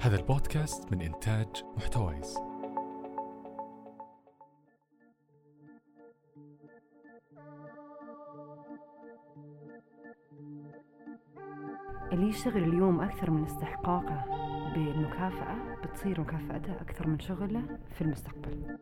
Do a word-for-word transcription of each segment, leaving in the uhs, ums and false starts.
هذا البودكاست من إنتاج محتويس. اللي يشتغل اليوم أكثر من استحقاقه بالمكافأة بتصير مكافأته أكثر من شغله في المستقبل.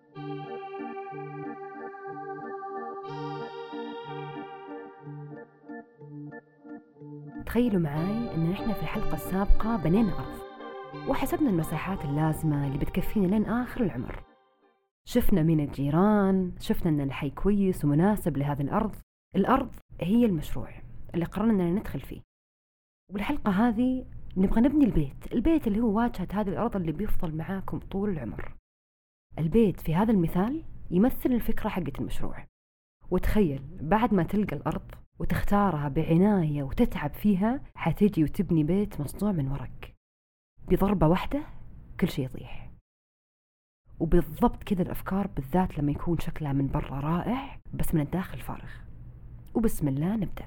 تخيلوا معاي أن نحن في الحلقة السابقة بنينا أرض وحسبنا المساحات اللازمة اللي بتكفينا لين آخر العمر. شفنا من الجيران، شفنا أن الحي كويس ومناسب لهذه الأرض. الأرض هي المشروع اللي قررنا أن ندخل فيه. وبالحلقة هذه نبغى نبني البيت البيت اللي هو واجهة هذه الأرض اللي بيفضل معاكم طول العمر. البيت في هذا المثال يمثل الفكرة حقة المشروع. وتخيل بعد ما تلقى الأرض وتختارها بعناية وتتعب فيها، حتيجي وتبني بيت مصنوع من ورق. بضربة واحدة كل شيء يطيح. وبالضبط كذا الأفكار، بالذات لما يكون شكلها من برا رائع بس من الداخل فارغ. وبسم الله نبدأ.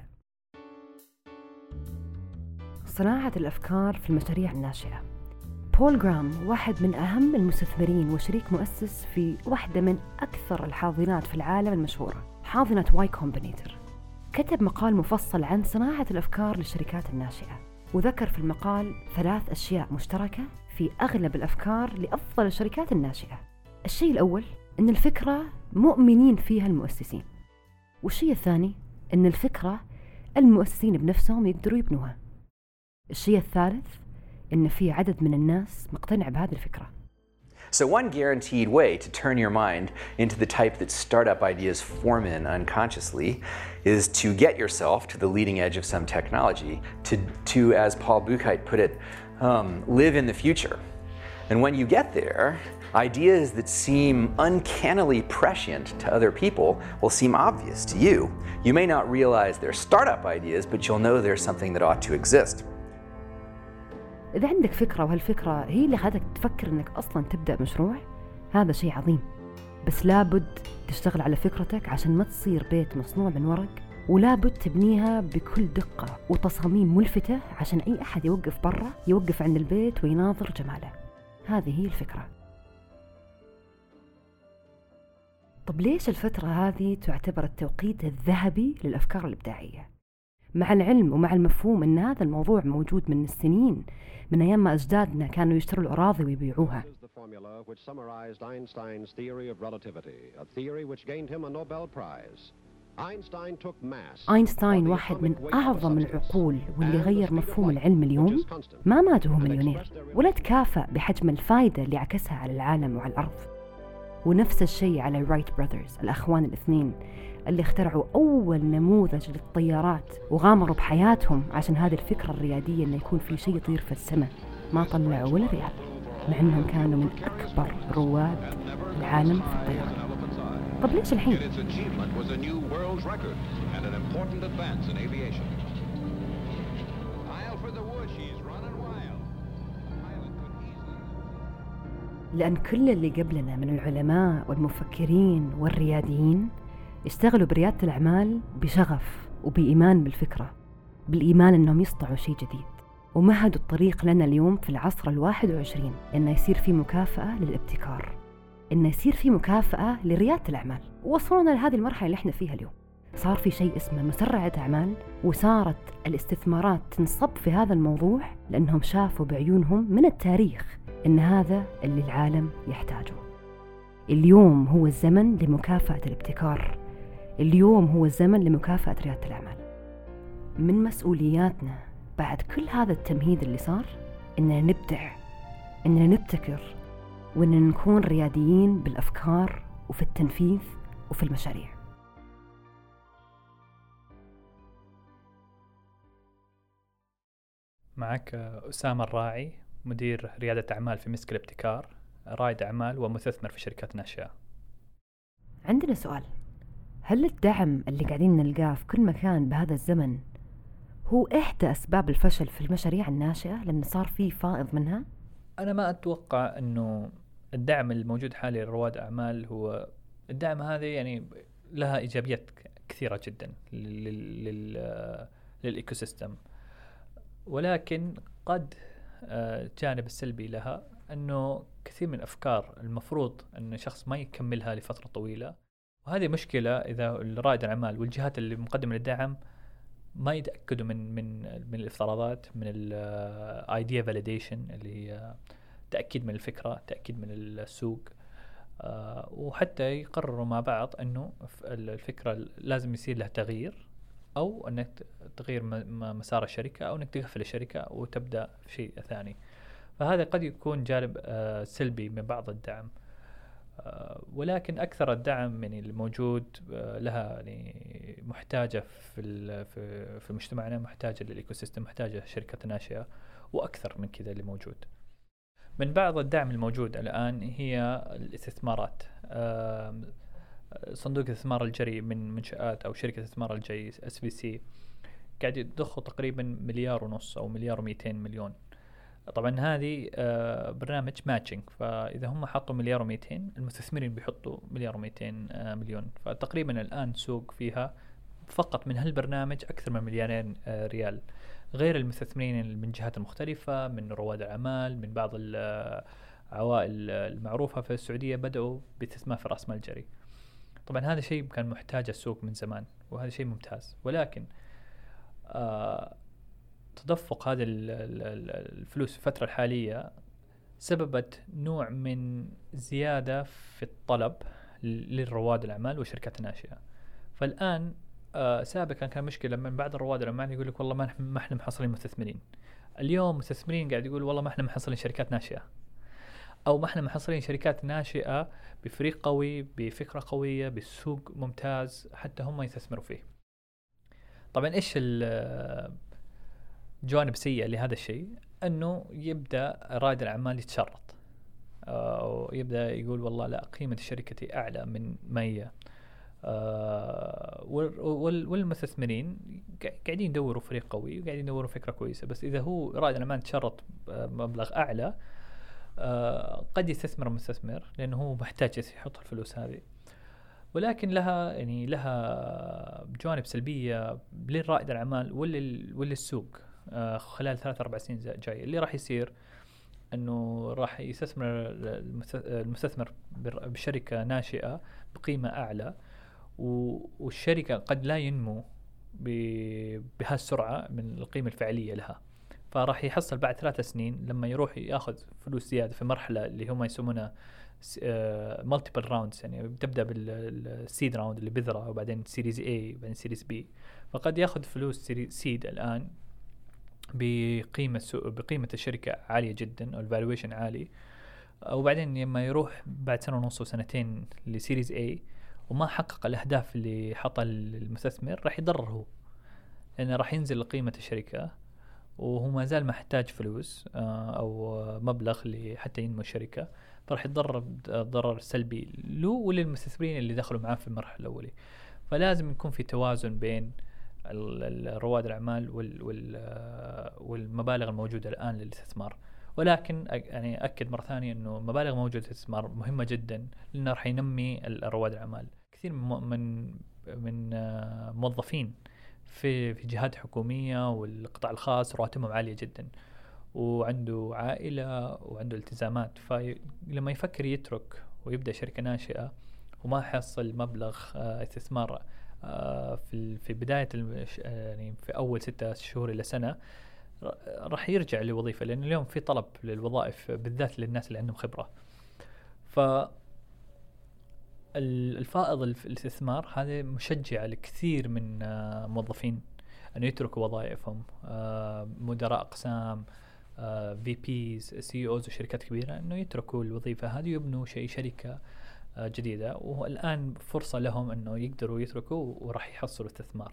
صناعة الأفكار في المشاريع الناشئة. بول جرام واحد من أهم المستثمرين وشريك مؤسس في واحدة من أكثر الحاضنات في العالم المشهورة، حاضنة واي كومبينيتر. كتب مقال مفصل عن صناعة الأفكار للشركات الناشئة، وذكر في المقال ثلاث أشياء مشتركة في أغلب الأفكار لأفضل الشركات الناشئة. الشيء الأول أن الفكرة مؤمنين فيها المؤسسين، والشيء الثاني أن الفكرة المؤسسين بنفسهم يقدروا يبنوها. الشيء الثالث أن في عدد من الناس مقتنع بهذه الفكرة. So one guaranteed way to turn your mind into the type that startup ideas form in unconsciously is to get yourself to the leading edge of some technology, to, to as Paul Buchheit put it, um, live in the future. And when you get there, ideas that seem uncannily prescient to other people will seem obvious to you. You may not realize they're startup ideas, but you'll know there's something that ought to exist. إذا عندك فكرة وهالفكرة هي اللي خلتك تفكر إنك أصلاً تبدأ مشروع، هذا شيء عظيم. بس لابد تشتغل على فكرتك عشان ما تصير بيت مصنوع من ورق، ولابد تبنيها بكل دقة وتصاميم ملفتة عشان أي أحد يوقف برا يوقف عند البيت ويناظر جماله. هذه هي الفكرة. طب ليش الفترة هذه تعتبر التوقيت الذهبي للأفكار الإبداعية؟ مع العلم ومع المفهوم أن هذا الموضوع موجود من السنين، من أيام ما أجدادنا كانوا يشتروا الأراضي ويبيعوها. أينشتاين واحد من أعظم العقول واللي غير مفهوم العلم اليوم، ما مات وهو مليونير ولا تكافأ بحجم الفائدة اللي عكسها على العالم وعلى الأرض. ونفس الشيء على رايت براذرز، الأخوان الاثنين اللي اخترعوا أول نموذج للطيارات وغامروا بحياتهم عشان هذه الفكرة الريادية إنه يكون في شيء يطير في السماء. ما طلعوا ولا ريال، مع أنهم كانوا من أكبر رواد العالم في الطيران. طب ليش الحين؟ لأن كل اللي قبلنا من العلماء والمفكرين والرياديين اشتغلوا بريادة الأعمال بشغف وبإيمان بالفكرة، بالإيمان أنهم يصنعوا شيء جديد، ومهدوا الطريق لنا اليوم في العصر الواحد وعشرين إنه يصير في مكافأة للابتكار، إنه يصير في مكافأة لريادة الأعمال. ووصلنا لهذه المرحلة اللي احنا فيها اليوم. صار في شيء اسمه مسرعة أعمال، وصارت الاستثمارات تنصب في هذا الموضوع لأنهم شافوا بعيونهم من التاريخ إن هذا اللي العالم يحتاجه. اليوم هو الزمن لمكافأة الابتكار. اليوم هو الزمن لمكافأة ريادة الأعمال. من مسؤولياتنا بعد كل هذا التمهيد اللي صار إننا نبدع، إننا نبتكر، وإننا نكون رياديين بالأفكار وفي التنفيذ وفي المشاريع. معك أسامة الراعي، مدير ريادة أعمال في مسك الابتكار، رائد أعمال ومستثمر في شركات ناشئة. عندنا سؤال: هل الدعم اللي قاعدين نلقاه في كل مكان بهذا الزمن هو إحدى أسباب الفشل في المشاريع الناشئة لأن صار فيه فائض منها؟ أنا ما أتوقع أنه الدعم الموجود حاليا لرواد أعمال هو الدعم هذا، يعني لها إيجابيات كثيرة جدا للإيكوسيستم، ولكن قد الجانب السلبي لها أنه كثير من الأفكار المفروض أن شخص ما يكملها لفترة طويلة، وهذه مشكلة إذا رائد الأعمال والجهات اللي مقدمة للدعم ما يتأكدوا من من من الافتراضات، من الايديا فاليديشن اللي هي تأكيد من الفكرة، تأكيد من السوق، آه وحتى يقرروا مع بعض أنه الفكرة لازم يصير لها تغيير، أو أنك تغير مسار الشركة، أو أنك تقفل الشركة وتبدأ في شيء ثاني. فهذا قد يكون جانب آه سلبي من بعض الدعم، آه ولكن أكثر الدعم يعني الموجود آه لها يعني محتاجة في في في مجتمعنا، محتاجة للإيكوسيستم، محتاجة شركة ناشئة، وأكثر من كذا اللي موجود. من بعض الدعم الموجود الآن هي الاستثمارات. آه صندوق الاستثمار الجريء من منشآت أو شركة الاستثمار الجريء اس بي سي قاعد يضخوا تقريبا مليار ونص أو مليار ومئتين مليون. طبعا هذه آه برنامج ماتشنج، فإذا هم حطوا مليار ومئتين المستثمرين بيحطوا مليار ومئتين آه مليون، فتقريبا الآن سوق فيها فقط من هالبرنامج أكثر من مليارين آه ريال، غير المستثمرين من جهات مختلفة، من رواد الأعمال، من بعض العوائل المعروفة في السعودية بدأوا باستثمار في رأس مال جريء. طبعا هذا شيء كان محتاج السوق من زمان، وهذا شيء ممتاز، ولكن آه تدفق هذا الفلوس في الفترة الحالية سببت نوع من زيادة في الطلب للرواد الأعمال وشركات الناشئة. فالآن آه سابقا كان مشكلة من بعض الرواد الأعمال يقول لك والله ما ما احنا محصلين مستثمرين. اليوم مستثمرين قاعد يقول والله ما احنا محصلين شركات ناشئة، أو ما احنا محصلين شركات ناشئة بفريق قوي، بفكرة قوية، بسوق ممتاز حتى هم يستثمروا فيه. طبعا إيش الجوانب السيئة لهذا الشيء؟ أنه يبدأ رائد الأعمال يتشرط، أو يبدأ يقول والله لا، قيمة شركتي أعلى من ما هي. آه والمستثمرين قاعدين يدوروا فريق قوي وقاعدين يدوروا فكرة كويسة، بس إذا هو رائد الأعمال تشرط مبلغ أعلى آه قد يستثمر المستثمر لأنه هو محتاج يحط الفلوس هذه. ولكن لها يعني لها جوانب سلبية للرائد الأعمال وللسوق آه خلال ثلاث أربع سنين جاية. اللي راح يصير أنه راح يستثمر المستثمر بشركة ناشئة بقيمة أعلى، والشركة قد لا ينمو بهالسرعة من القيمة الفعلية لها، فراح يحصل بعد ثلاث سنين لما يروح ياخذ فلوس زيادة في مرحلة اللي هم يسمونها multiple rounds، يعني بتبدأ بالسيد راوند اللي بذرة، وبعدين سيريز A وبعدين سيريز B، فقد ياخذ فلوس سيد الآن بقيمة بقيمة الشركة عالية جدا أو الفالويشن عالي، وبعدين لما يروح بعد سنة ونص وسنتين لسيريز A وما حقق الأهداف اللي حطها المستثمر، راح يضرر هو، لأنه راح ينزل قيمة الشركة وهو ما زال محتاج فلوس أو مبلغ حتى ينمو الشركة، فراح يتضرر ضرر سلبي له وللمستثمرين اللي دخلوا معاه في المرحلة الأولى. فلازم يكون في توازن بين رواد الأعمال والمبالغ الموجودة الآن للاستثمار. ولكن يعني أكد مرة ثانية إنه مبالغ موجودة للاستثمار مهمة جدا، لأنه راح ينمي رواد الأعمال. كثير من من موظفين في في جهات حكومية والقطاع الخاص رواتبهم عالية جدا، وعنده عائلة وعنده التزامات، فلما يفكر يترك ويبدأ شركة ناشئة وما حصل مبلغ استثمار في في بداية يعني في أول ستة شهور إلى سنة، راح يرجع لوظيفة، لأن اليوم في طلب للوظائف بالذات للناس اللي عندهم خبرة. ف الفائض الاستثمار هذا مشجع لكثير من موظفين أن يتركوا وظائفهم، مدراء أقسام، في بيز، سي اوز وشركات كبيرة، أنه يتركوا الوظيفة هذه ويبنوا شيء شركة جديدة، والآن فرصة لهم أنه يقدروا يتركوا وراح يحصلوا استثمار.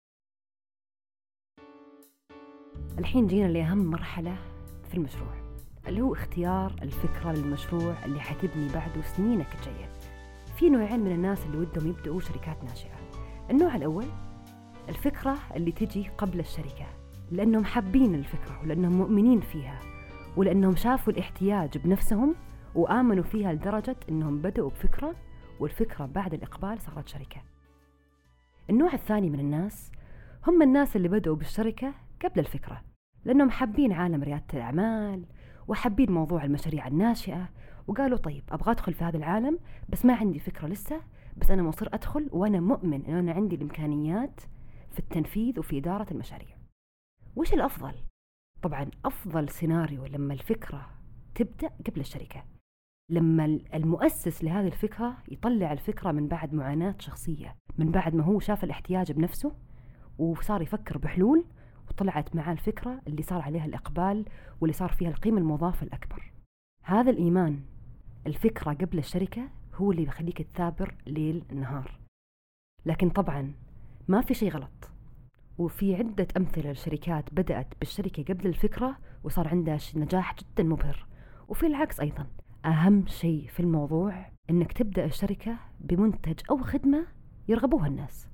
الحين جينا لأهم مرحلة في المشروع، اللي هو اختيار الفكرة للمشروع اللي حتبني بعده سنينك الجاية. في نوعين من الناس اللي ودهم يبدأوا شركات ناشئة. النوع الأول الفكرة اللي تجي قبل الشركة، لأنهم حابين الفكرة ولأنهم مؤمنين فيها ولأنهم شافوا الاحتياج بنفسهم وآمنوا فيها لدرجة أنهم بدأوا بفكرة، والفكرة بعد الإقبال صارت شركة. النوع الثاني من الناس هم الناس اللي بدأوا بالشركة قبل الفكرة، لأنهم حابين عالم ريادة الأعمال وحابين موضوع المشاريع الناشئة، وقالوا طيب أبغى أدخل في هذا العالم بس ما عندي فكرة لسه، بس أنا مصر أدخل وأنا مؤمن أن أنا عندي الإمكانيات في التنفيذ وفي إدارة المشاريع. وش الأفضل؟ طبعا أفضل سيناريو لما الفكرة تبدأ قبل الشركة، لما المؤسس لهذه الفكرة يطلع الفكرة من بعد معاناة شخصية، من بعد ما هو شاف الاحتياج بنفسه وصار يفكر بحلول وطلعت معاه الفكرة اللي صار عليها الإقبال واللي صار فيها القيمة المضافة الأكبر. هذا الإيمان، الفكرة قبل الشركة، هو اللي يخليك تثابر ليل نهار. لكن طبعا ما في شيء غلط، وفي عدة أمثلة لشركات بدأت بالشركة قبل الفكرة وصار عندها نجاح جدا مبهر. وفي العكس أيضا، أهم شيء في الموضوع إنك تبدأ الشركة بمنتج أو خدمة يرغبوها الناس.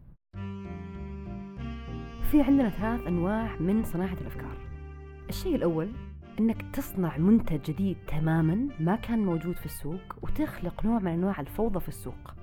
في عندنا ثلاث أنواع من صناعة الأفكار. الشيء الأول إنك تصنع منتج جديد تماماً ما كان موجود في السوق وتخلق نوع من أنواع الفوضى في السوق.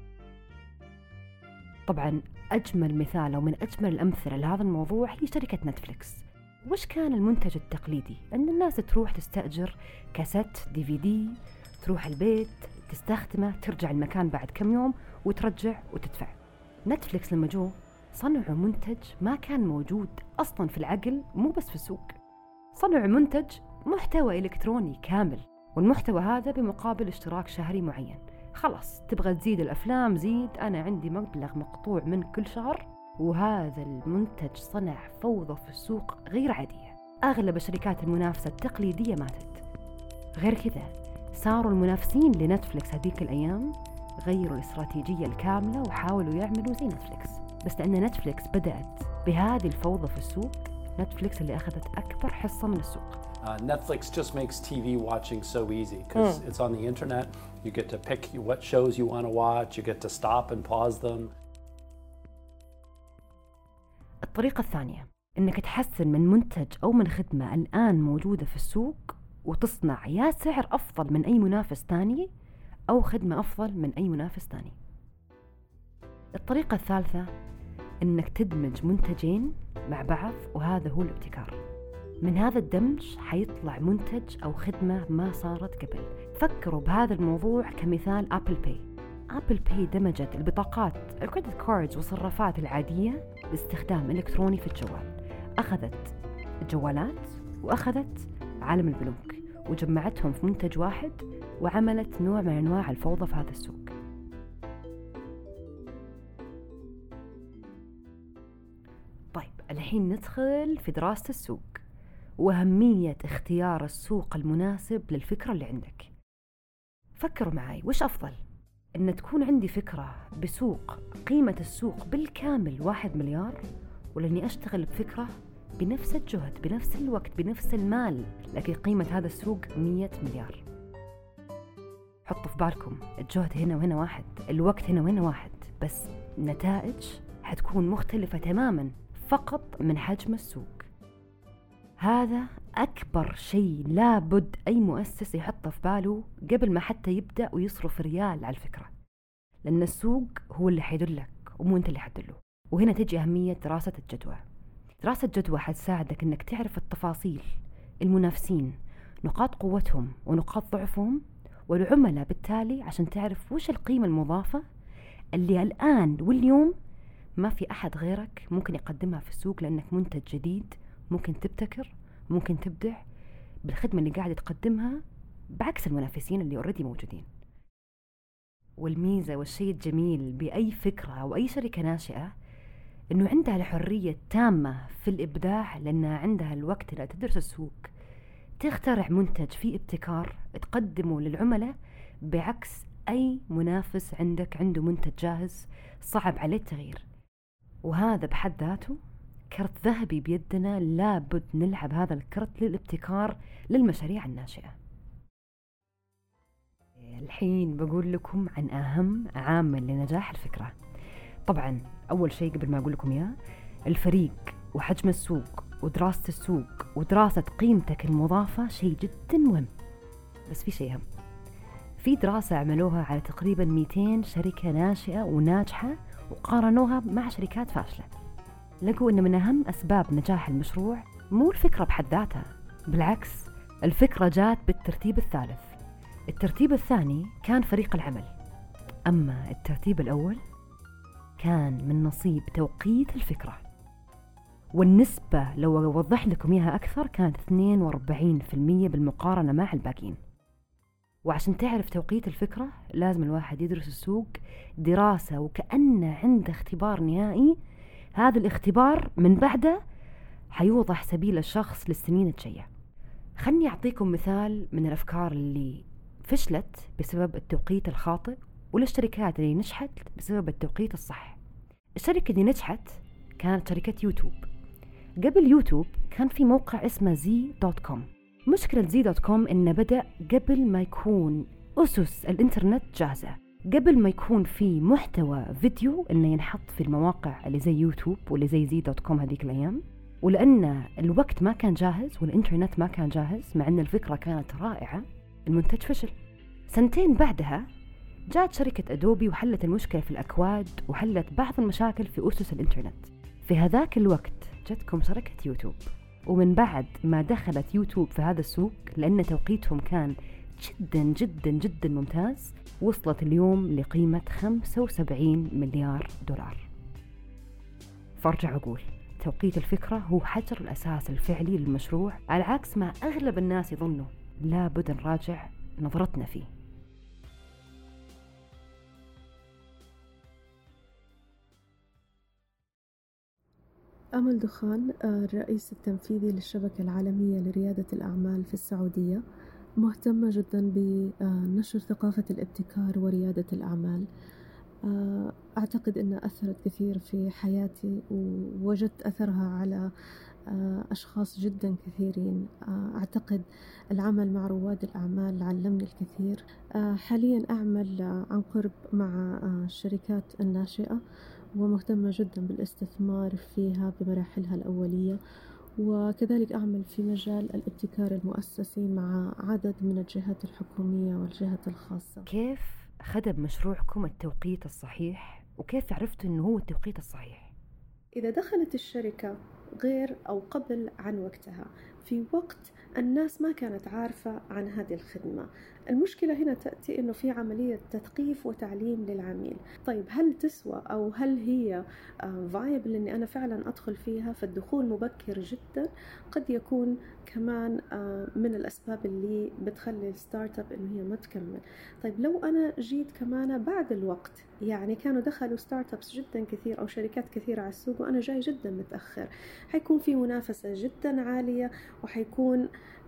طبعاً أجمل مثال ومن أجمل الأمثلة لهذا الموضوع هي شركة نتفليكس. وش كان المنتج التقليدي؟ أن الناس تروح تستأجر كاسيت دي في دي، تروح البيت تستخدمه، ترجع المكان بعد كم يوم وترجع وتدفع. نتفليكس لما جو صنعوا منتج ما كان موجود أصلاً في العقل، مو بس في السوق. صنعوا منتج محتوى إلكتروني كامل، والمحتوى هذا بمقابل اشتراك شهري معين. خلاص تبغى تزيد الأفلام زيد، أنا عندي مبلغ مقطوع من كل شهر. وهذا المنتج صنع فوضى في السوق غير عادية. أغلب الشركات المنافسة التقليدية ماتت. غير كذا صاروا المنافسين لنتفليكس هذيك الأيام غيروا الاستراتيجية الكاملة وحاولوا يعملوا زي نتفليكس، بس لأن نتفليكس بدأت بهذه الفوضى في السوق، نتفليكس اللي أخذت أكبر حصة من السوق. Uh, Netflix just makes T V watching so easy because mm. it's on the internet. You get to pick what shows you want to watch. You get to stop and pause them. الطريقة الثانية إنك تحسن من منتج أو من خدمة الآن موجودة في السوق وتصنع يا سعر أفضل من أي منافس ثاني أو خدمة أفضل من أي منافس ثاني. الطريقة الثالثة إنك تدمج منتجين مع بعض، وهذا هو الابتكار. من هذا الدمج حيطلع منتج أو خدمة ما صارت قبل. فكروا بهذا الموضوع كمثال أبل باي. أبل باي دمجت البطاقات الكريدت كاردز والصرافات العادية باستخدام إلكتروني في الجوال. أخذت الجوالات وأخذت عالم البنوك وجمعتهم في منتج واحد وعملت نوع من أنواع الفوضى في هذا السوق. طيب الحين ندخل في دراسة السوق وأهمية اختيار السوق المناسب للفكرة اللي عندك. فكروا معي، وش أفضل؟ إن تكون عندي فكرة بسوق قيمة السوق بالكامل واحد مليار، ولا إني أشتغل بفكرة بنفس الجهد بنفس الوقت بنفس المال لكن قيمة هذا السوق مية مليار؟ حطوا في بالكم الجهد هنا وهنا واحد، الوقت هنا وهنا واحد، بس نتائج حتكون مختلفة تماما فقط من حجم السوق. هذا أكبر شيء لابد أي مؤسس يحطه في باله قبل ما حتى يبدأ ويصرف ريال على الفكرة، لأن السوق هو اللي حيدلك ومو أنت اللي حتدله. وهنا تجي أهمية دراسة الجدوى. دراسة الجدوى حتساعدك أنك تعرف التفاصيل، المنافسين، نقاط قوتهم ونقاط ضعفهم، والعملاء بالتالي عشان تعرف وش القيمة المضافة اللي الآن واليوم ما في أحد غيرك ممكن يقدمها في السوق، لأنك منتج جديد ممكن تبتكر، ممكن تبدع بالخدمة اللي قاعد تقدمها بعكس المنافسين اللي أوريدي موجودين. والميزة والشيء الجميل بأي فكرة أو أي شركة ناشئة إنه عندها الحرية التامة في الإبداع، لأنها عندها الوقت اللي تدرس السوق، تخترع منتج فيه ابتكار تقدمه للعملاء، بعكس أي منافس عندك عنده منتج جاهز صعب عليه التغيير. وهذا بحد ذاته كرت ذهبي بيدنا، لابد نلعب هذا الكرت للابتكار للمشاريع الناشئة. الحين بقول لكم عن أهم عامل لنجاح الفكرة. طبعا أول شيء قبل ما أقول لكم إياه، الفريق وحجم السوق ودراسة السوق ودراسة قيمتك المضافة شيء جدا مهم. بس في شيء أهم، في دراسة عملوها على تقريبا مئتين شركة ناشئة وناجحة وقارنوها مع شركات فاشلة. لقوا أن من أهم أسباب نجاح المشروع مو الفكرة بحد ذاتها، بالعكس الفكرة جات بالترتيب الثالث. الترتيب الثاني كان فريق العمل، أما الترتيب الأول كان من نصيب توقيت الفكرة، والنسبة لو أوضح لكم إياها أكثر كانت اثنين وأربعين بالمئة بالمقارنة مع الباقين. وعشان تعرف توقيت الفكرة لازم الواحد يدرس السوق دراسة وكأنه عنده اختبار نهائي. هذا الاختبار من بعده حيوضح سبيل الشخص للسنين الجاية. خلني أعطيكم مثال من الأفكار اللي فشلت بسبب التوقيت الخاطئ، وللشركات اللي نجحت بسبب التوقيت الصح. الشركة اللي نجحت كانت شركة يوتيوب. قبل يوتيوب كان في موقع اسمه زي دوت كوم. مشكلة زي دوت كوم إنه بدأ قبل ما يكون أسس الإنترنت جاهزة، قبل ما يكون في محتوى فيديو إنه ينحط في المواقع اللي زي يوتيوب واللي زي زي دوت كوم هذيك الأيام. ولأن الوقت ما كان جاهز والإنترنت ما كان جاهز، مع أن الفكرة كانت رائعة، المنتج فشل. سنتين بعدها جاءت شركة أدوبي وحلت المشكلة في الأكواد وحلت بعض المشاكل في أسس الإنترنت. في هذاك الوقت جتكم شركة يوتيوب، ومن بعد ما دخلت يوتيوب في هذا السوق لأن توقيتهم كان جدا جدا جدا ممتاز، وصلت اليوم لقيمة خمسة وسبعين مليار دولار. فارجع أقول توقيت الفكرة هو حجر الأساس الفعلي للمشروع، على عكس ما أغلب الناس يظنوا. لا بد نراجع نظرتنا فيه. أمل دخان، الرئيس التنفيذي للشبكة العالمية لريادة الأعمال في السعودية، مهتمة جدا بنشر ثقافة الابتكار وريادة الأعمال. أعتقد أنها أثرت كثير في حياتي، ووجدت أثرها على أشخاص جدا كثيرين. أعتقد العمل مع رواد الأعمال علمني الكثير. حاليا أعمل عن قرب مع الشركات الناشئة، ومهتمة جدا بالاستثمار فيها بمراحلها الأولية، وكذلك أعمل في مجال الابتكار المؤسسي مع عدد من الجهات الحكومية والجهات الخاصة. كيف خدم مشروعكم التوقيت الصحيح، وكيف عرفتوا أنه هو التوقيت الصحيح؟ إذا دخلت الشركة غير أو قبل عن وقتها، في وقت الناس ما كانت عارفة عن هذه الخدمة، المشكلة هنا تأتي إنه في عملية تثقيف وتعليم للعميل. طيب هل تسوى أو هل هي فايبل إني أنا فعلا أدخل فيها؟ فالدخول مبكر جدا قد يكون كمان من الأسباب اللي بتخلي الستارت اب إنه هي ما تكمل. طيب لو أنا جيت كمان بعد الوقت، يعني كانوا دخلوا ستارت ابس جدا كثير أو شركات كثيرة على السوق وأنا جاي جدا متأخر، حيكون في منافسة جدا عالية، وحيكون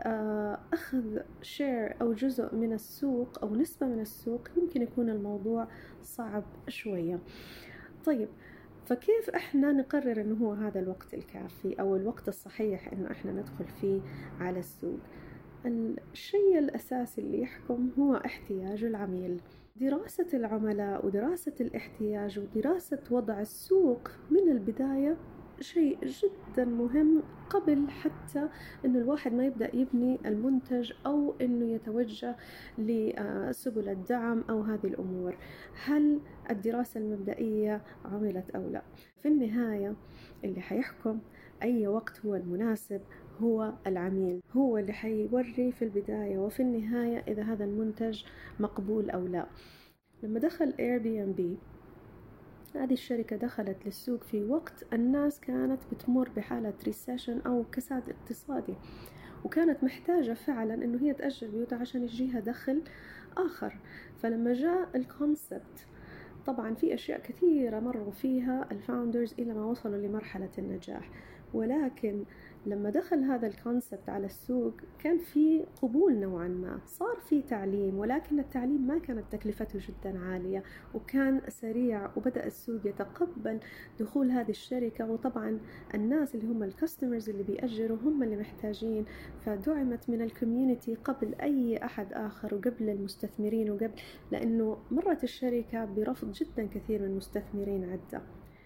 أخذ شير أو جزء من السوق أو نسبة من السوق، يمكن يكون الموضوع صعب شوية. طيب فكيف إحنا نقرر إنه هو هذا الوقت الكافي أو الوقت الصحيح إنه إحنا ندخل فيه على السوق؟ الشيء الأساسي اللي يحكم هو احتياج العميل. دراسة العملاء ودراسة الاحتياج ودراسة وضع السوق من البداية شيء جدا مهم، قبل حتى إنه الواحد ما يبدأ يبني المنتج أو إنه يتوجه لسبل الدعم أو هذه الأمور. هل الدراسة المبدئية عملت أو لا؟ في النهاية اللي حيحكم أي وقت هو المناسب هو العميل، هو اللي حيوري في البداية وفي النهاية إذا هذا المنتج مقبول أو لا. لما دخل Airbnb، هذه الشركة دخلت للسوق في وقت الناس كانت بتمر بحالة ريسيشن أو كساد اقتصادي، وكانت محتاجة فعلا إنه هي تأجر بيوتها عشان يجيها دخل آخر. فلما جاء الكونسبت، طبعا في أشياء كثيرة مروا فيها الفاوندرز إلى ما وصلوا لمرحلة النجاح، ولكن لما دخل هذا الكونسبت على السوق كان في قبول نوعا ما، صار في تعليم، ولكن التعليم ما كانت تكلفته جدا عالية وكان سريع، وبدأ السوق يتقبل دخول هذه الشركة. وطبعا الناس اللي هم الكاستمرز اللي بيأجروا هم اللي محتاجين، فدعمت من الكوميونتي قبل أي أحد آخر وقبل المستثمرين، وقبل لأنه مرت الشركة برفض جدا كثير من المستثمرين عدة.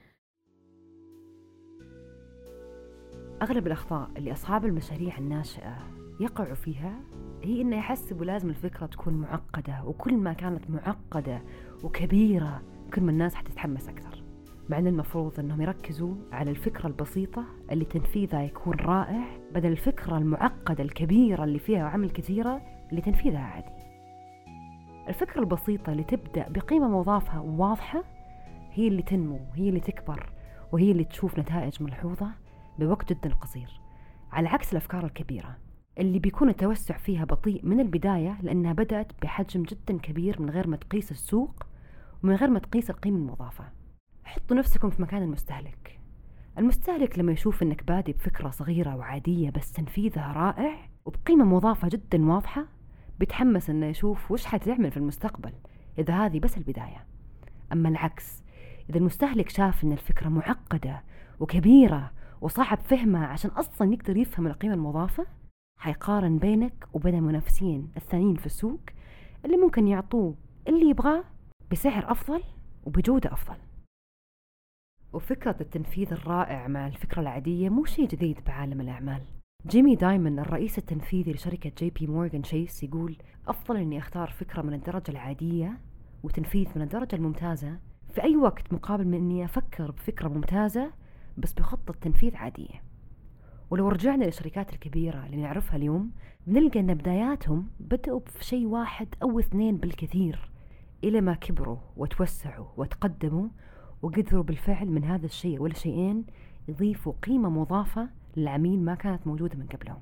أغلب الأخطاء اللي أصحاب المشاريع الناشئة يقعوا فيها هي إنه يحسبوا لازم الفكرة تكون معقدة، وكل ما كانت معقدة وكبيرة كل ما الناس حتتحمس أكثر. مع أن المفروض أنهم يركزوا على الفكرة البسيطة اللي تنفيذها يكون رائع بدل الفكرة المعقدة الكبيرة اللي فيها عمل كثيرة اللي تنفيذها عادي. الفكرة البسيطة اللي تبدأ بقيمة مضافة واضحة هي اللي تنمو، هي اللي تكبر، وهي اللي تشوف نتائج ملحوظة بوقت جدا قصير، على عكس الأفكار الكبيرة اللي بيكون التوسع فيها بطيء من البداية لأنها بدأت بحجم جدا كبير من غير ما تقيس السوق ومن غير ما تقيس القيمة المضافة. حطوا نفسكم في مكان المستهلك. المستهلك لما يشوف أنك بادي بفكرة صغيرة وعادية بس تنفيذها رائع وبقيمة مضافة جدا واضحة، بيتحمس أنه يشوف وش حتعمل في المستقبل إذا هذه بس البداية. أما العكس، إذا المستهلك شاف أن الفكرة معقدة وكبيرة وصعب فهمها عشان أصلا يقدر يفهم القيمة المضافة، حيقارن بينك وبين المنافسين الثانيين في السوق اللي ممكن يعطوه اللي يبغاه بسعر أفضل وبجودة أفضل. وفكرة التنفيذ الرائع مع الفكرة العادية مو شيء جديد بعالم الأعمال. جيمي دايمون الرئيس التنفيذي لشركة جي بي مورغان تشيس يقول أفضل أني أختار فكرة من الدرجة العادية وتنفيذ من الدرجة الممتازة في أي وقت مقابل من أني أفكر بفكرة ممتازة بس بخطة تنفيذ عادية. ولو رجعنا للشركات الكبيرة اللي نعرفها اليوم بنلقى أن بداياتهم بدأوا بشيء واحد أو اثنين بالكثير إلى ما كبروا وتوسعوا وتقدموا وقدروا بالفعل من هذا الشيء ولا شيئين يضيفوا قيمة مضافة للعميل ما كانت موجودة من قبلهم.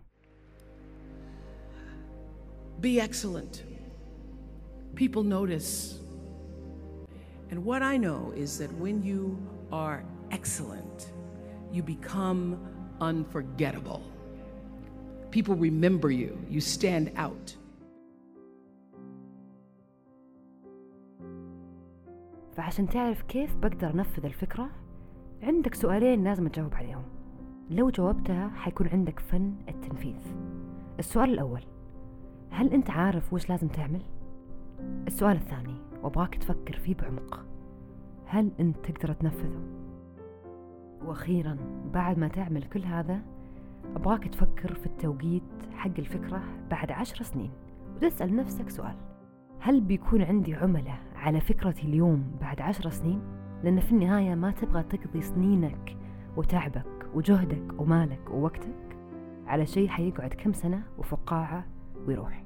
Be excellent. People notice. And what I know is that when you are excellent, you become unforgettable. People remember you. You stand out. فعشان تعرف كيف بقدر أنفذ الفكرة، عندك سؤالين لازم تجاوب عليهم. لو جاوبتها حيكون عندك فن التنفيذ. السؤال الأول، هل أنت عارف وش لازم تعمل؟ السؤال الثاني، وأبغاك تفكر فيه بعمق، هل أنت تقدر تنفذه؟ وأخيراً بعد ما تعمل كل هذا أبغاك تفكر في التوقيت حق الفكرة بعد عشر سنين وتسأل نفسك سؤال، هل بيكون عندي عملاء على فكرتي اليوم بعد عشر سنين؟ لأن في النهاية ما تبغى تقضي سنينك وتعبك وجهدك ومالك ووقتك على شيء حيقعد كم سنة وفقاعة ويروح.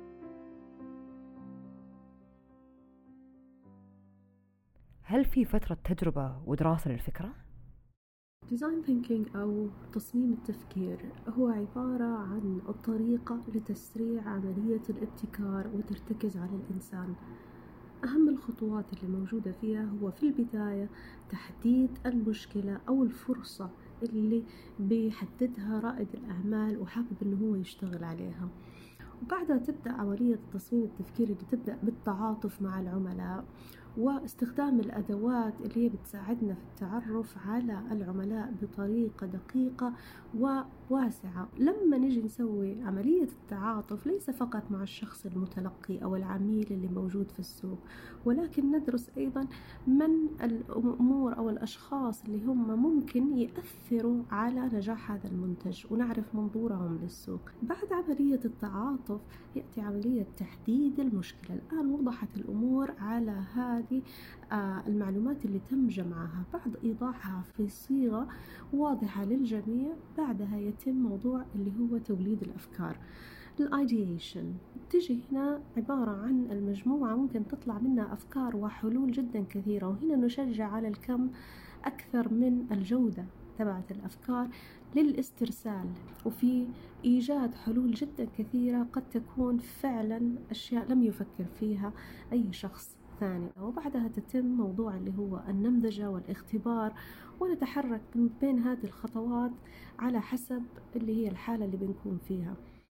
هل في فترة تجربة ودراسة للفكرة؟ Design thinking أو تصميم التفكير هو عبارة عن الطريقة لتسريع عملية الابتكار وترتكز على الإنسان. أهم الخطوات اللي موجودة فيها هو في البداية تحديد المشكلة أو الفرصة اللي بيحددها رائد الأعمال وحابب أنه هو يشتغل عليها، وبعدها تبدأ عملية التصميم التفكيري اللي تبدأ بالتعاطف مع العملاء واستخدام الأدوات اللي هي بتساعدنا في التعرف على العملاء بطريقة دقيقة وواسعة. لما نجي نسوي عملية التعاطف ليس فقط مع الشخص المتلقي أو العميل اللي موجود في السوق، ولكن ندرس أيضا من الأمور أو الأشخاص اللي هم ممكن يأثروا على نجاح هذا المنتج ونعرف منظورهم للسوق. بعد عملية التعاطف يأتي عملية تحديد المشكلة. الآن وضحت الأمور على هذه المعلومات اللي تم جمعها بعد إيضاحها في صيغة واضحة للجميع. بعدها يتم موضوع اللي هو توليد الأفكار، الايديشن. تجي هنا عبارة عن المجموعة ممكن تطلع منها أفكار وحلول جدا كثيرة، وهنا نشجع على الكم أكثر من الجودة تبعت الأفكار للاسترسال وفي إيجاد حلول جدا كثيرة قد تكون فعلا أشياء لم يفكر فيها أي شخص ثاني. وبعدها تتم موضوع اللي هو النمذجة والاختبار، ونتحرك بين هذه الخطوات على حسب اللي هي الحالة اللي بنكون فيها.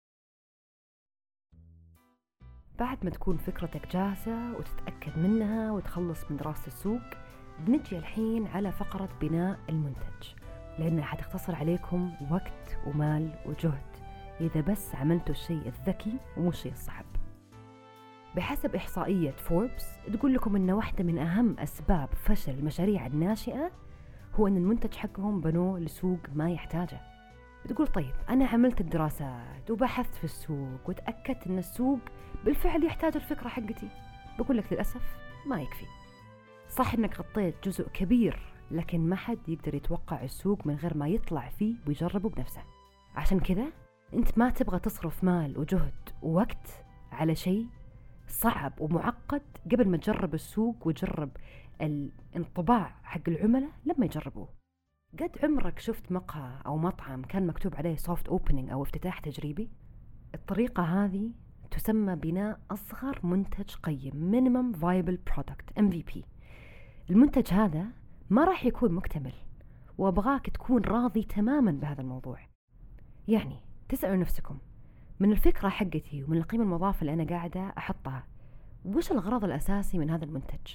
بعد ما تكون فكرتك جاهزة وتتأكد منها وتخلص من دراسة السوق، بنجي الحين على فقرة بناء المنتج، لأنها حتختصر عليكم وقت ومال وجهد إذا بس عملتوا الشيء الذكي ومو الشيء الصعب. بحسب إحصائية فوربس تقول لكم أن واحدة من أهم أسباب فشل المشاريع الناشئة هو أن المنتج حقهم بنوه لسوق ما يحتاجه. بتقول طيب أنا عملت الدراسات وبحثت في السوق وتأكدت أن السوق بالفعل يحتاج الفكرة حقتي. بقول لك للأسف ما يكفي. صح أنك غطيت جزء كبير لكن ما حد يقدر يتوقع السوق من غير ما يطلع فيه ويجربه بنفسه. عشان كذا أنت ما تبغى تصرف مال وجهد ووقت على شيء صعب ومعقد قبل ما تجرب السوق وتجرب الانطباع حق العملاء لما يجربوه. قد عمرك شفت مقهى أو مطعم كان مكتوب عليه soft opening أو افتتاح تجريبي؟ الطريقة هذه تسمى بناء أصغر منتج قيم minimum viable product إم في بي. المنتج هذا ما راح يكون مكتمل، وأبغاك تكون راضي تماما بهذا الموضوع. يعني تسألوا نفسكم من الفكرة حقتي ومن القيمة المضافة اللي أنا قاعدة أحطها، وش الغرض الأساسي من هذا المنتج؟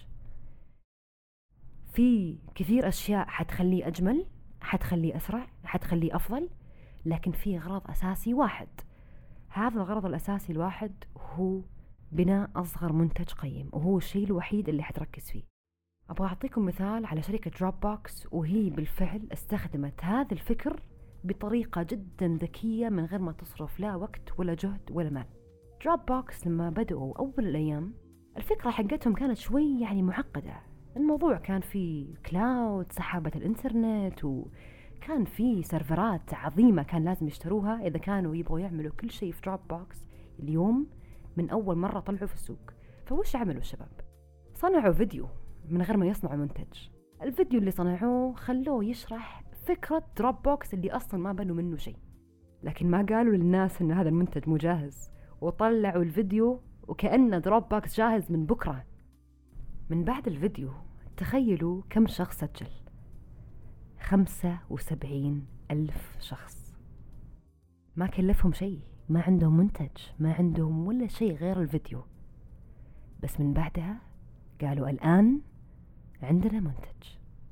في كثير أشياء حتخليه أجمل، حتخليه أسرع، حتخليه أفضل، لكن في غرض أساسي واحد. هذا الغرض الأساسي الواحد هو بناء أصغر منتج قيم، وهو الشيء الوحيد اللي حتركز فيه. أبغى أعطيكم مثال على شركة دروب بوكس، وهي بالفعل استخدمت هذا الفكر بطريقة جدا ذكية من غير ما تصرف لا وقت ولا جهد ولا مال. دروب بوكس لما بدأوا أول الأيام الفكرة حقتهم كانت شوي يعني معقدة. الموضوع كان في كلاود، سحابة الإنترنت، وكان في سيرفرات عظيمة كان لازم يشتروها إذا كانوا يبغوا يعملوا كل شيء في دروب بوكس اليوم من أول مرة طلعوا في السوق. فوش عملوا الشباب؟ صنعوا فيديو من غير ما يصنعوا منتج. الفيديو اللي صنعوه خلوه يشرح فكرة دروب بوكس اللي أصلا ما بنوا منه شيء، لكن ما قالوا للناس إن هذا المنتج مو جاهز، وطلعوا الفيديو وكأن دروب بوكس جاهز من بكرة. من بعد الفيديو تخيلوا كم شخص سجل؟ خمسة وسبعين ألف شخص. ما كلفهم شيء، ما عندهم منتج، ما عندهم ولا شيء غير الفيديو. بس من بعدها قالوا الآن عندنا منتج.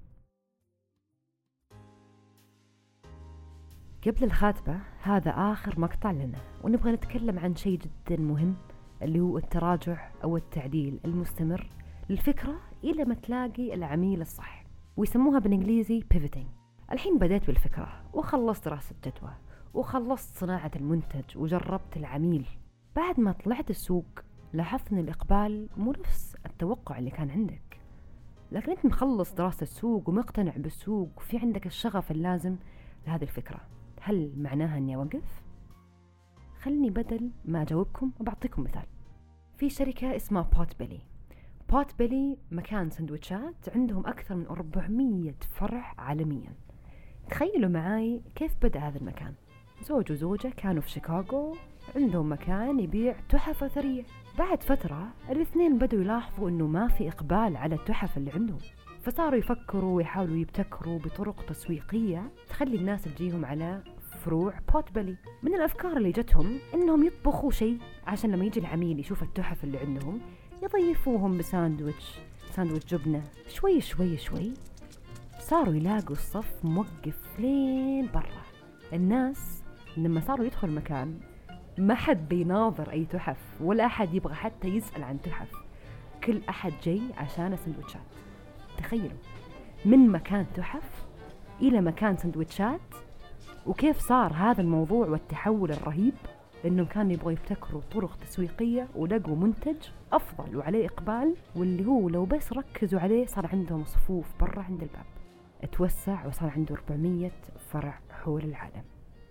قبل الخاتمة هذا آخر مقطع لنا، ونبغى نتكلم عن شيء جدا مهم اللي هو التراجع أو التعديل المستمر للفكرة إلى ما تلاقي العميل الصح، ويسموها بالإنجليزي pivoting. الحين بدأت بالفكرة وخلصت دراسة جدوى وخلصت صناعة المنتج وجربت العميل. بعد ما طلعت السوق لاحظت أن الإقبال مو نفس التوقع اللي كان عندك، لكن أنت مخلص دراسة السوق ومقتنع بالسوق وفي عندك الشغف اللازم لهذه الفكرة. هل معناها أني أوقف؟ خلني بدل ما أجاوبكم وبعطيكم مثال. في شركة اسمها بوت بيلي. بوت بيلي مكان سندويتشات عندهم أكثر من أربعمية فرع عالميا. تخيلوا معاي كيف بدأ هذا المكان. زوج وزوجة كانوا في شيكاغو، عندهم مكان يبيع تحف أثرية. بعد فترة الاثنين بدوا يلاحظوا أنه ما في إقبال على التحف اللي عندهم، فصاروا يفكروا ويحاولوا يبتكروا بطرق تسويقية تخلي الناس تجيهم على فروع بوت بيلي. من الأفكار اللي جتهم أنهم يطبخوا شيء عشان لما يجي العميل يشوف التحف اللي عندهم يضيفوهم بساندويتش، ساندويتش جبنة. شوي شوي شوي صاروا يلاقوا الصف موقف لين برا. الناس لما صاروا يدخل المكان ما حد بيناظر أي تحف ولا أحد يبغى حتى يسأل عن تحف، كل أحد جاي عشان سندويتشات. تخيلوا من مكان تحف إلى مكان سندويتشات، وكيف صار هذا الموضوع والتحول الرهيب، لأنهم كانوا يبغوا يبتكروا طرق تسويقية ولقوا منتج أفضل وعليه إقبال، واللي هو لو بس ركزوا عليه صار عندهم صفوف برا عند الباب، اتوسع وصار عنده أربعمية فرع حول العالم.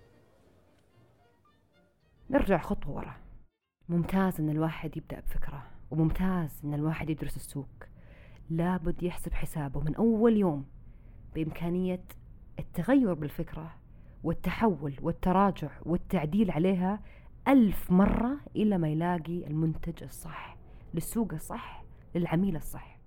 نرجع خطوة ورا. ممتاز أن الواحد يبدأ بفكرة، وممتاز أن الواحد يدرس السوق، لابد يحسب حسابه من أول يوم بإمكانية التغير بالفكرة والتحول والتراجع والتعديل عليها ألف مرة إلى ما يلاقي المنتج الصح للسوق الصح للعميل الصح.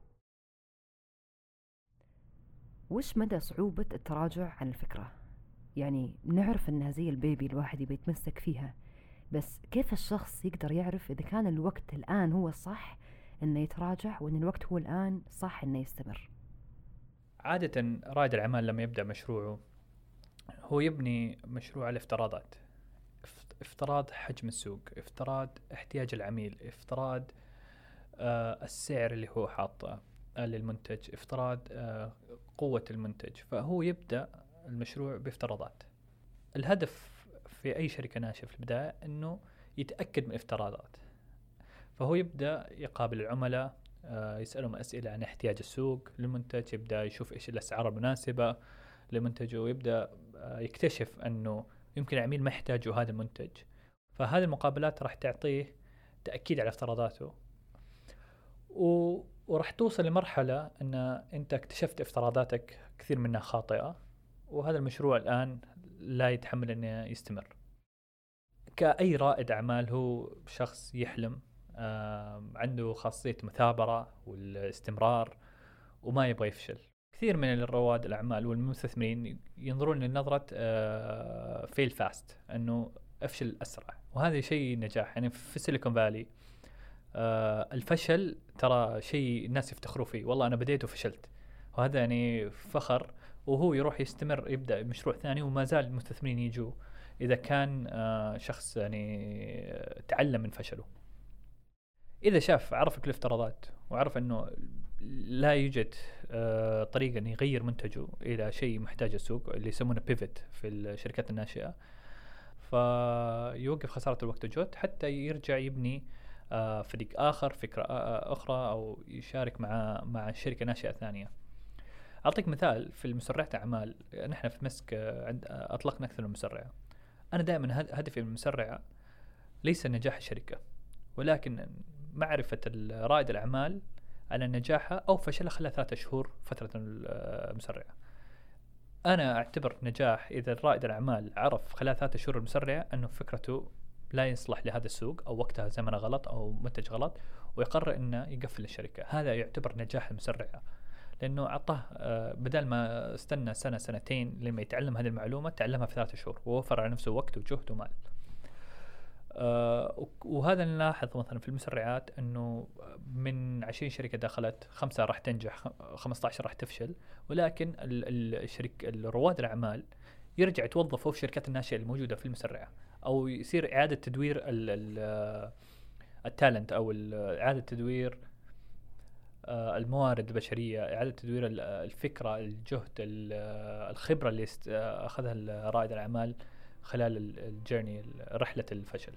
وش مدى صعوبة التراجع عن الفكرة؟ يعني نعرف أنها زي البيبي الواحد يبي يتمسك فيها، بس كيف الشخص يقدر يعرف إذا كان الوقت الآن هو الصح إنه يتراجع وإن الوقت هو الآن صح إنه يستمر؟ عادة رائد الأعمال لما يبدأ مشروعه هو يبني مشروع على افتراضات. افتراض حجم السوق، افتراض احتياج العميل، افتراض آه السعر اللي هو حاطه آه للمنتج، افتراض آه قوة المنتج. فهو يبدأ المشروع بافتراضات. الهدف في أي شركة ناشئة في البداية أنه يتأكد من افتراضات. فهو يبدأ يقابل العملاء آه يسألهم أسئلة عن احتياج السوق للمنتج، يبدأ يشوف إيش الأسعار المناسبة لمنتجه، ويبدأ آه يكتشف أنه يمكن العميل ما يحتاجه هذا المنتج. فهذه المقابلات راح تعطيه تأكيد على افتراضاته، و... وراح توصل لمرحلة أن أنت اكتشفت افتراضاتك كثير منها خاطئة، وهذا المشروع الآن لا يتحمل أنه يستمر. كأي رائد أعمال هو شخص يحلم، آه عنده خاصية مثابرة والاستمرار وما يبغى يفشل. كثير من الرواد الأعمال والمستثمرين ينظرون لنظرة آه فيل فاست، أنه أفشل أسرع، وهذا شيء نجاح. يعني في سيليكون فالي آه الفشل ترى شيء الناس يفتخروا فيه، والله أنا بديت وفشلت، وهذا يعني فخر. وهو يروح يستمر يبدأ مشروع ثاني، وما زال المستثمرين يجوا إذا كان آه شخص يعني تعلم من فشله. إذا شاف عرف كل الافتراضات وعرف أنه لا يوجد آه طريقة أن يغير منتجه إلى شيء محتاج السوق اللي يسمونه بيفت في الشركات الناشئة، فيوقف خسارة الوقت والجهد حتى يرجع يبني آه فريق آخر، فكرة آه أخرى، أو يشارك مع مع شركة ناشئة ثانية. أعطيك مثال في المسرعات أعمال. نحن في مسك عند أطلقنا أكثر من مسرعة. أنا دائما هدفي من المسرعة ليس نجاح الشركة، ولكن معرفة رائد الأعمال على نجاحها أو فشلها خلال ثلاثة شهور فترة المسرعة. أنا أعتبر نجاح إذا رائد الأعمال عرف خلال ثلاثة شهور المسرعة أنه فكرته لا يصلح لهذا السوق، أو وقتها زمنه غلط، أو منتج غلط، ويقرر أنه يقفل الشركة. هذا يعتبر نجاح المسرعة، لأنه أعطاه بدل ما استنى سنة سنتين لما يتعلم هذه المعلومة، تعلمها في ثلاثة شهور، ووفر على نفسه وقت وجهد ومال. أه وهذا نلاحظ مثلا في المسرعات أنه من عشرين شركة دخلت، خمسة راح تنجح، خمسة عشر راح تفشل، ولكن الشركة الرواد الأعمال يرجع يتوظفوا في شركات الناشئة الموجودة في المسرعة، أو يصير إعادة تدوير التالنت، أو إعادة تدوير الموارد البشرية، إعادة تدوير الفكرة، الجهد، الخبرة اللي أخذها رائد الأعمال خلال الجيرني، رحلة الفشل.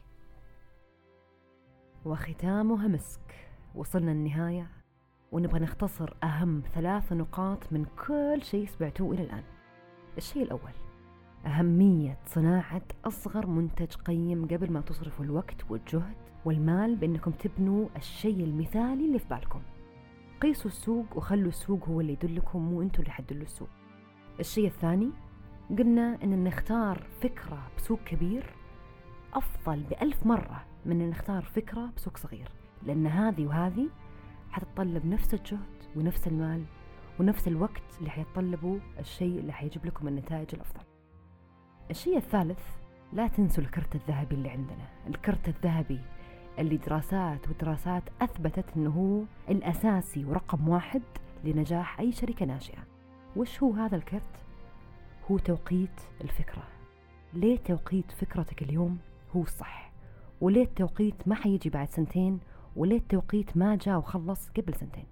وختامها مسك. وصلنا النهاية، ونبغى نختصر أهم ثلاث نقاط من كل شيء سمعتوه إلى الآن. الشيء الأول، أهمية صناعة أصغر منتج قيم قبل ما تصرفوا الوقت والجهد والمال بأنكم تبنوا الشيء المثالي اللي في بالكم. قيسوا السوق وخلوا السوق هو اللي يدلكم، مو أنتوا اللي حدلوا السوق. الشيء الثاني، قلنا أن نختار فكرة بسوق كبير أفضل بألف مرة من أن نختار فكرة بسوق صغير، لأن هذه وهذه حتتطلب نفس الجهد ونفس المال ونفس الوقت اللي حيتطلبوا الشيء اللي حيجيب لكم النتائج الأفضل. الشيء الثالث، لا تنسوا الكرت الذهبي اللي عندنا. الكرت الذهبي اللي دراسات ودراسات أثبتت أنه هو الأساسي ورقم واحد لنجاح أي شركة ناشئة. وش هو هذا الكرت؟ هو توقيت الفكرة. ليه توقيت فكرتك اليوم هو الصح؟ وليه التوقيت ما حيجي بعد سنتين؟ وليه التوقيت ما جاء وخلص قبل سنتين؟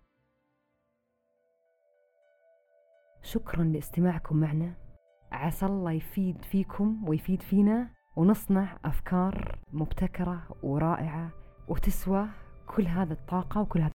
شكرا لاستماعكم معنا. عسى الله يفيد فيكم ويفيد فينا، ونصنع أفكار مبتكرة ورائعة وتسوى كل هذا الطاقة وكل هذا